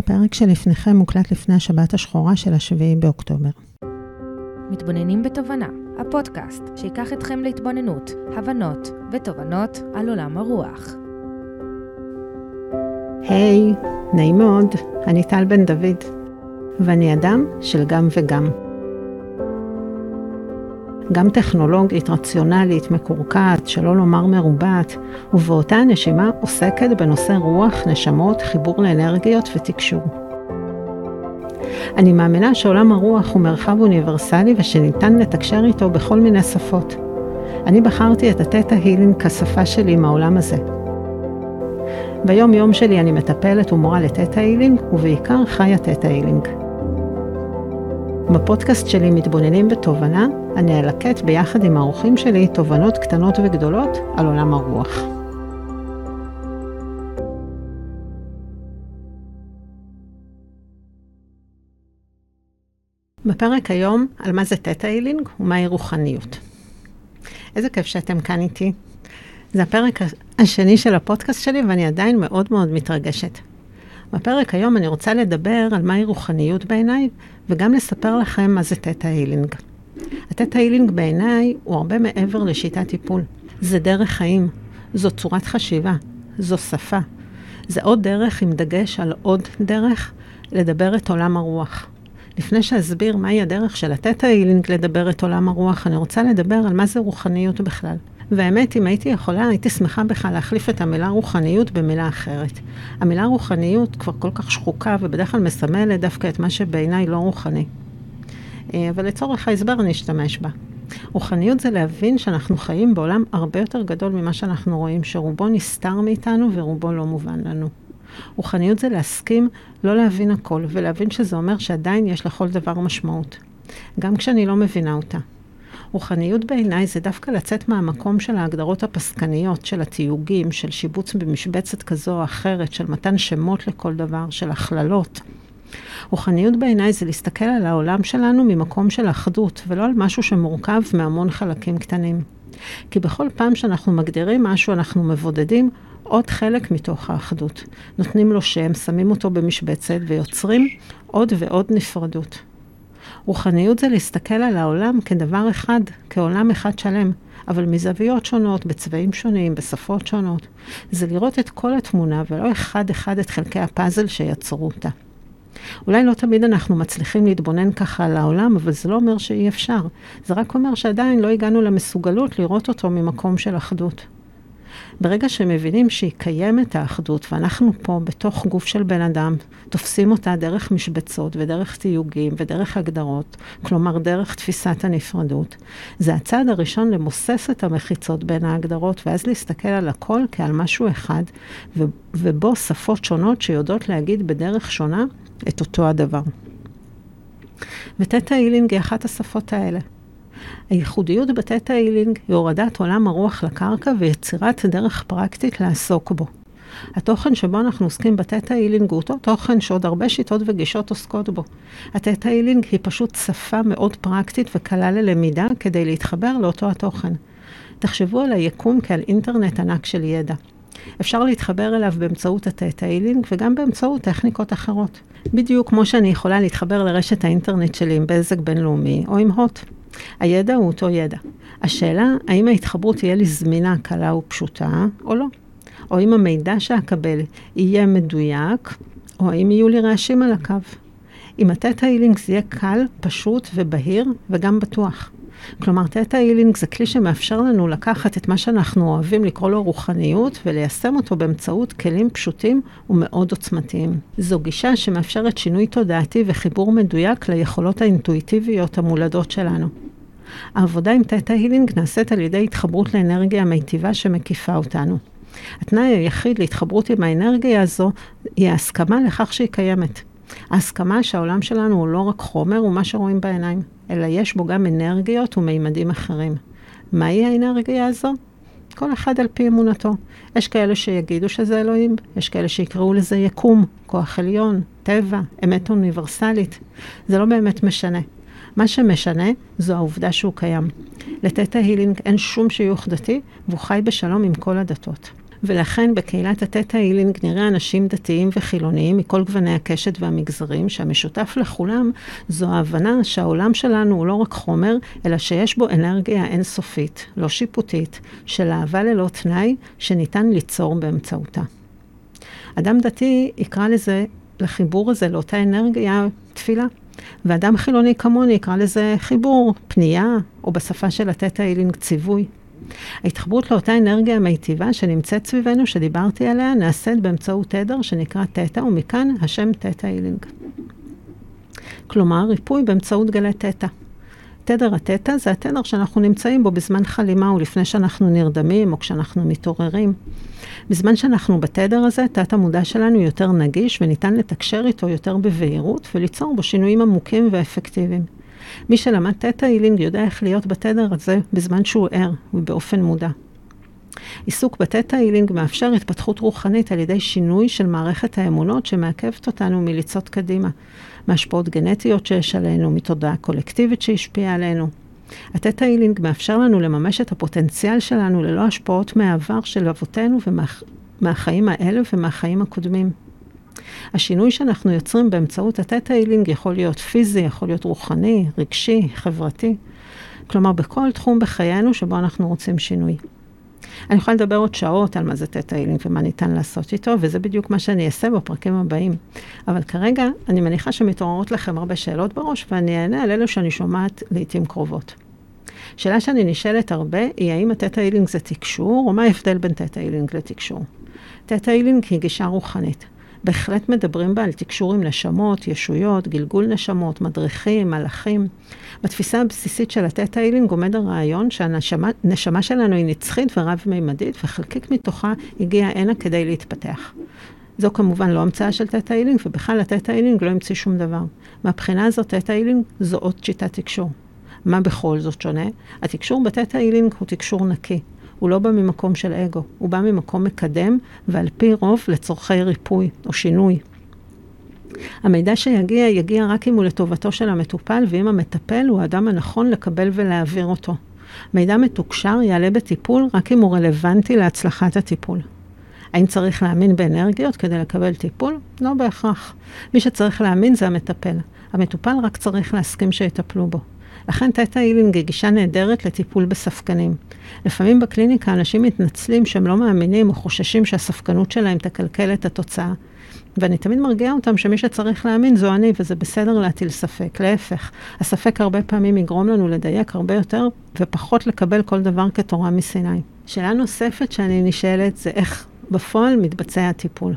הפרק שלפניכם מוקלט לפני השבת השחורה של 7 באוקטובר. מתבוננים בתובנה, הפודקאסט שיקח אתכם להתבוננות, הבנות ותובנות על עולם הרוח. היי, נעים מאוד, אני טל בן דוד, ואני אדם של גם וגם. גם טכנולוגית, רציונלית, מקורקעת, שלא לומר מרובעת, ובאותה הנשימה עוסקת בנושא רוח, נשמות, חיבור לאנרגיות ותקשור. אני מאמינה שעולם הרוח הוא מרחב אוניברסלי ושניתן לתקשר איתו בכל מיני שפות. אני בחרתי את התטא הילינג כשפה שלי מהעולם הזה. ביום יום שלי אני מטפלת ומורה לתטא הילינג, ובעיקר חיה תטא הילינג. בפודקאסט שלי מתבוננים בתובנה, אני אלקט ביחד עם האורחים שלי תובנות קטנות וגדולות על עולם הרוח. בפרק היום על מה זה תטא הילינג ומהי רוחניות. איזה כיף שאתם כאן איתי. זה הפרק השני של הפודקאסט שלי ואני עדיין מאוד מאוד מתרגשת. בפרק היום אני רוצה לדבר על מהי רוחניות בעיניי, וגם לספר לכם מה זה תטא הילינג. התטא הילינג בעיניי הוא הרבה מעבר לשיטת טיפול. זה דרך חיים, זו צורת חשיבה, זו שפה. זה עוד דרך עם דגש על עוד דרך לדבר את עולם הרוח. לפני שאסביר מהי הדרך של התטא הילינג לדבר את עולם הרוח, אני רוצה לדבר על מה זה רוחניות בכלל. והאמת, אם הייתי יכולה, הייתי שמחה בכלל להחליף את המילה רוחניות במילה אחרת. המילה רוחניות כבר כל כך שחוקה ובדרך כלל מסמלת דווקא את מה שבעיניי לא רוחני. אבל לצורך ההסבר אני אשתמש בה. רוחניות זה להבין שאנחנו חיים בעולם הרבה יותר גדול ממה שאנחנו רואים, שרובו נסתר מאיתנו ורובו לא מובן לנו. רוחניות זה להסכים לא להבין הכל, ולהבין שזה אומר שעדיין יש לכל דבר משמעות. גם כשאני לא מבינה אותה. רוחניות בעיניי זה דווקא לצאת מהמקום של ההגדרות הפסקניות, של התיוגים, של שיבוץ במשבצת כזו או אחרת, של מתן שמות לכל דבר, של הכללות. רוחניות בעיניי זה להסתכל על העולם שלנו ממקום של אחדות, ולא על משהו שמורכב מהמון חלקים קטנים. כי בכל פעם שאנחנו מגדירים משהו, אנחנו מבודדים עוד חלק מתוך האחדות. נותנים לו שם, שמים אותו במשבצת ויוצרים עוד ועוד נפרדות. רוחניות זה להסתכל על העולם כדבר אחד, כעולם אחד שלם, אבל מזוויות שונות, בצבעים שונים, בשפות שונות. זה לראות את כל התמונה ולא אחד אחד את חלקי הפאזל שיצרו אותה. אולי לא תמיד אנחנו מצליחים להתבונן ככה על העולם, אבל זה לא אומר שאי אפשר. זה רק אומר שעדיין לא הגענו למסוגלות לראות אותו ממקום של אחדות. ברגע שמבינים שהיא קיימת האחדות, ואנחנו פה בתוך גוף של בן אדם, תופסים אותה דרך משבצות ודרך תיוגים ודרך הגדרות, כלומר דרך תפיסת הנפרדות, זה הצעד הראשון למוסס את המחיצות בין ההגדרות, ואז להסתכל על הכל כעל משהו אחד, ובו שפות שונות שיודעות להגיד בדרך שונה את אותו הדבר. ותטא הילינג היא אחת השפות האלה. הייחודיות בתטא הילינג היא הורדת עולם הרוח לקרקע ויצירת דרך פרקטית לעסוק בו. התוכן שבו אנחנו עוסקים בתטא הילינג הוא אותו תוכן שעוד הרבה שיטות וגישות עוסקות בו. התטא הילינג היא פשוט שפה מאוד פרקטית וקלה ללמידה כדי להתחבר לאותו התוכן. תחשבו על היקום כעל אינטרנט ענק של ידע. אפשר להתחבר אליו באמצעות התטא הילינג וגם באמצעות טכניקות אחרות. בדיוק כמו שאני יכולה להתחבר לרשת האינטרנט שלי עם בזק בינלאומי או עם הוט. הידע הוא אותו ידע. השאלה, האם ההתחברות תהיה לי זמינה, קלה ופשוטה, או לא? או אם המידע שאקבל יהיה מדויק, או האם יהיו לי רעשים על הקו. אם התטא הילינג זה יהיה קל, פשוט ובהיר, וגם בטוח. כלומר, תטא הילינג זה כלי שמאפשר לנו לקחת את מה שאנחנו אוהבים לקרוא לו רוחניות, וליישם אותו באמצעות כלים פשוטים ומאוד עוצמתיים. זו גישה שמאפשרת שינוי תודעתי וחיבור מדויק ליכולות האינטואיטיביות המולדות שלנו. העבודה עם תטא הילינג נעשית על ידי התחברות לאנרגיה המיטיבה שמקיפה אותנו. התנאי היחיד להתחברות עם האנרגיה הזו היא ההסכמה לכך שהיא קיימת. ההסכמה שהעולם שלנו הוא לא רק חומר ומה שרואים בעיניים, אלא יש בו גם אנרגיות ומימדים אחרים. מהי האנרגיה הזו? כל אחד על פי אמונתו. יש כאלה שיגידו שזה אלוהים, יש כאלה שיקראו לזה יקום, כוח עליון, טבע, אמת אוניברסלית. זה לא באמת משנה. מה שמשנה זו העובדה שהוא קיים. לתטא הילינג אין שום שיוך דתי, והוא חי בשלום עם כל הדתות. ולכן בקהילת התטא הילינג נראה אנשים דתיים וחילוניים מכל גווני הקשת והמגזרים, שהמשותף לכולם זו ההבנה שהעולם שלנו הוא לא רק חומר, אלא שיש בו אנרגיה אינסופית, לא שיפוטית, של אהבה ללא תנאי, שניתן ליצור באמצעותה. אדם דתי יקרא לזה, לחיבור הזה, לאותה אנרגיה, תפילה. ואדם חילוני כמוני יקרא לזה חיבור, פנייה, או בשפה של התטא הילינג ציווי. ההתחברות לאותה אנרגיה המיטיבה שנמצאת סביבנו, שדיברתי עליה, נעשית באמצעות תדר שנקרא תטא, ומכאן השם תטא הילינג. כלומר, ריפוי באמצעות גלי תטא. תדר התטא זה התדר שאנחנו נמצאים בו בזמן חלימה, או לפני שאנחנו נרדמים, או כשאנחנו מתעוררים. בזמן שאנחנו בתדר הזה, תת המודע שלנו יותר נגיש, וניתן לתקשר איתו יותר בבהירות, וליצור בו שינויים עמוקים ואפקטיביים. מי שלמד תטא הילינג יודע איך להיות בתדר הזה בזמן שהוא ער, ובאופן מודע. עיסוק בתטא הילינג מאפשר התפתחות רוחנית על ידי שינוי של מערכת האמונות שמעכבת אותנו מליצות קדימה, מהשפעות גנטיות שיש עלינו, מתודעה קולקטיבית שהשפיעה עלינו. התטא הילינג מאפשר לנו לממש את הפוטנציאל שלנו ללא השפעות מהעבר של אבותינו ומהחיים האלה ומהחיים הקודמים. השינוי שאנחנו יוצרים באמצעות התטא הילינג יכול להיות פיזי, יכול להיות רוחני, רגשי, חברתי. כלומר, בכל תחום בחיינו שבו אנחנו רוצים שינוי. אני יכולה לדבר עוד שעות על מה זה תטא הילינג ומה ניתן לעשות איתו, וזה בדיוק מה שאני אעשה בפרקים הבאים. אבל כרגע אני מניחה שמתעוררות לכם הרבה שאלות בראש, ואני אענה על אלו שאני שומעת לעתים קרובות. שאלה שאני נשאלת הרבה היא האם התטא הילינג זה תקשור, או מה ההבדל בין תטא הילינג לתקשור. תטא הילינג היא גישה רוחנית. בהחלט מדברים בה על תקשור עם נשמות, ישויות, גלגול נשמות, מדריכים, מלאכים. בתפיסה הבסיסית של התטא הילינג עומד הרעיון שהנשמה שלנו היא נצחית ורב-מימדית, וחלקיק מתוכה הגיע הנה כדי להתפתח. זו כמובן לא המצאה של תטא הילינג, ובכלל התטא הילינג לא המציא שום דבר. מהבחינה הזאת תטא הילינג זו עוד שיטת תקשור. מה בכל זאת שונה? התקשור בתטא הילינג הוא תקשור נקי. הוא לא בא ממקום של אגו, הוא בא ממקום מקדם, ועל פי רוב לצורכי ריפוי או שינוי. המידע יגיע רק אם הוא לטובתו של המטופל, ואם המטפל הוא האדם הנכון לקבל ולהעביר אותו. מידע מתוקשר יעלה בטיפול רק אם הוא רלוונטי להצלחת הטיפול. האם צריך להאמין באנרגיות כדי לקבל טיפול? לא בהכרח. מי שצריך להאמין זה המטפל. המטופל רק צריך להסכים שיטפלו בו. לכן תטא הילינג היא גישה נהדרת לטיפול בספקנים. לפעמים בקליניקה אנשים מתנצלים שהם לא מאמינים או חוששים שהספקנות שלהם תקלקל את התוצאה. ואני תמיד מרגיעה אותם שמי שצריך להאמין זו אני, וזה בסדר להטיל ספק. להפך, הספק הרבה פעמים יגרום לנו לדייק הרבה יותר, ופחות לקבל כל דבר כתורה מסיני. שאלה נוספת שאני נשאלת זה איך בפועל מתבצע הטיפול.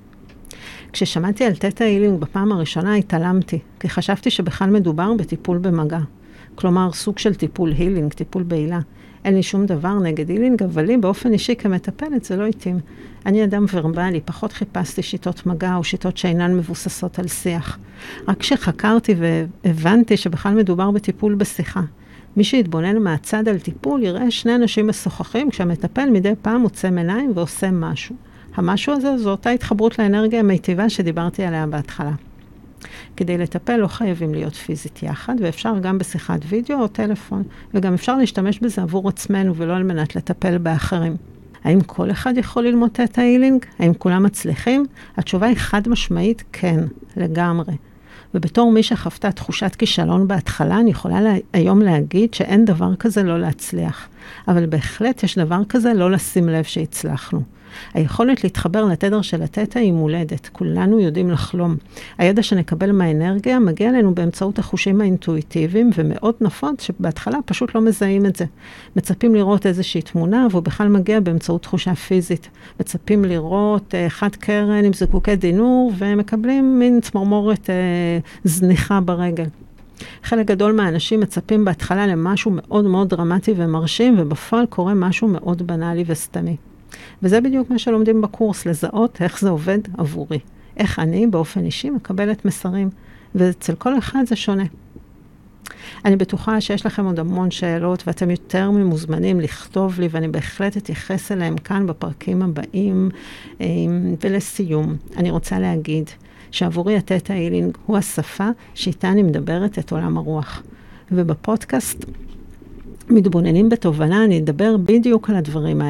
כששמעתי על תטא הילינג בפעם הראשונה התעלמתי, כי חשבתי שבכלל מדובר בטיפול במגע. כלומר, סוג של טיפול הילינג, טיפול בעילה. אין לי שום דבר נגד הילינג, אבל לי באופן אישי כמטפלת זה לא התאים. אני אדם ורבלי, פחות חיפשתי שיטות מגע או שיטות שאינן מבוססות על שיח. רק כשחקרתי והבנתי שבכלל מדובר בטיפול בשיחה. מי שיתבונן מהצד על טיפול יראה שני אנשים משוחחים כשהמטפל מדי פעם עוצם עיניים ועושה משהו. המשהו הזה זו אותה התחברות לאנרגיה המיטיבה שדיברתי עליה בהתחלה. כדי לטפל לא חייבים להיות פיזית יחד, ואפשר גם בשיחת וידאו או טלפון, וגם אפשר להשתמש בזה עבור עצמנו ולא על מנת לטפל באחרים. האם כל אחד יכול ללמוד תטא הילינג? האם כולם מצליחים? התשובה היא חד משמעית כן, לגמרי. ובתור מי שחוותה תחושת כישלון בהתחלה, אני יכולה היום להגיד שאין דבר כזה לא להצליח. אבל בהחלט יש דבר כזה לא לשים לב שהצלחנו. היכולת להתחבר לתדר של התטא היא מולדת. כולנו יודעים לחלום. הידע שנקבל מהאנרגיה מגיע לנו באמצעות החושים האינטואיטיביים, ומאוד נפוץ שבהתחלה פשוט לא מזהים את זה. מצפים לראות איזושהי תמונה, והוא בכלל מגיע באמצעות תחושה פיזית. מצפים לראות חד קרן עם זיקוקי דינור, ומקבלים מין צמרמורת זניחה ברגל. חלק גדול מהאנשים מצפים בהתחלה למשהו מאוד מאוד דרמטי ומרשים, ובפועל קורה משהו מאוד בנאלי וסתמי. וזה בדיוק מה שלומדים בקורס, לזהות איך זה עובד עבורי. איך אני באופן אישי מקבלת מסרים, ואצל כל אחד זה שונה. אני בטוחה שיש לכם עוד המון שאלות, ואתם יותר ממוזמנים לכתוב לי, ואני בהחלט אתייחס אליהם כאן בפרקים הבאים. ולסיום, אני רוצה להגיד שעבורי התטא הילינג הוא השפה שאיתה אני מדברת את עולם הרוח. ובפודקאסט מתבוננים בתובנה, אני אדבר בדיוק על הדברים האלה.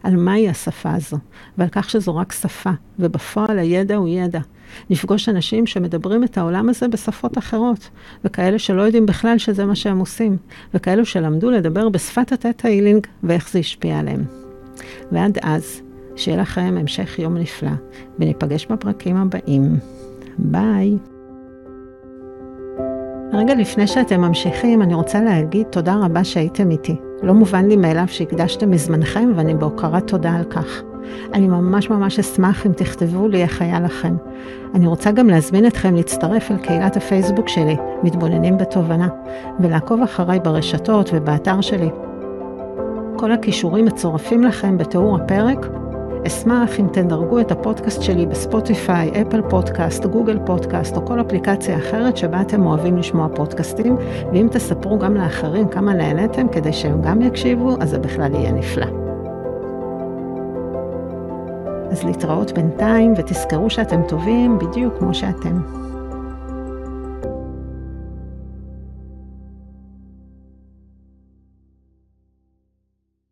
על מהי השפה הזו, ועל כך שזו רק שפה, ובפועל הידע הוא ידע. נפגוש אנשים שמדברים את העולם הזה בשפות אחרות, וכאלה שלא יודעים בכלל שזה מה שהם עושים, וכאלו שלמדו לדבר בשפת התטא הילינג, ואיך זה השפיע עליהם. ועד אז, שיהיה לכם המשך יום נפלא, וניפגש בפרקים הבאים. ביי. רגע לפני שאתם ממשיכים, אני רוצה להגיד תודה רבה שהייתם איתי. לא מובן לי מאליו שהקדשתם מזמנכם, ואני בהוקרת תודה על כך. אני ממש אשמח אם תכתבו לי איך היה לכם. אני רוצה גם להזמין אתכם להצטרף אל קהילת הפייסבוק שלי, מתבוננים בתובנה, ולעקוב אחריי ברשתות ובאתר שלי. כל הכישורים מצורפים לכם בתיאור הפרק. אשמח אם תדרגו את הפודקאסט שלי בספוטיפיי, אפל פודקאסט, גוגל פודקאסט או כל אפליקציה אחרת שבה אתם אוהבים לשמוע פודקאסטים, ואם תספרו גם לאחרים כמה נהניתם כדי שהם גם יקשיבו, אז זה בכלל יהיה נפלא. אז להתראות בינתיים ותזכרו שאתם טובים בדיוק כמו שאתם.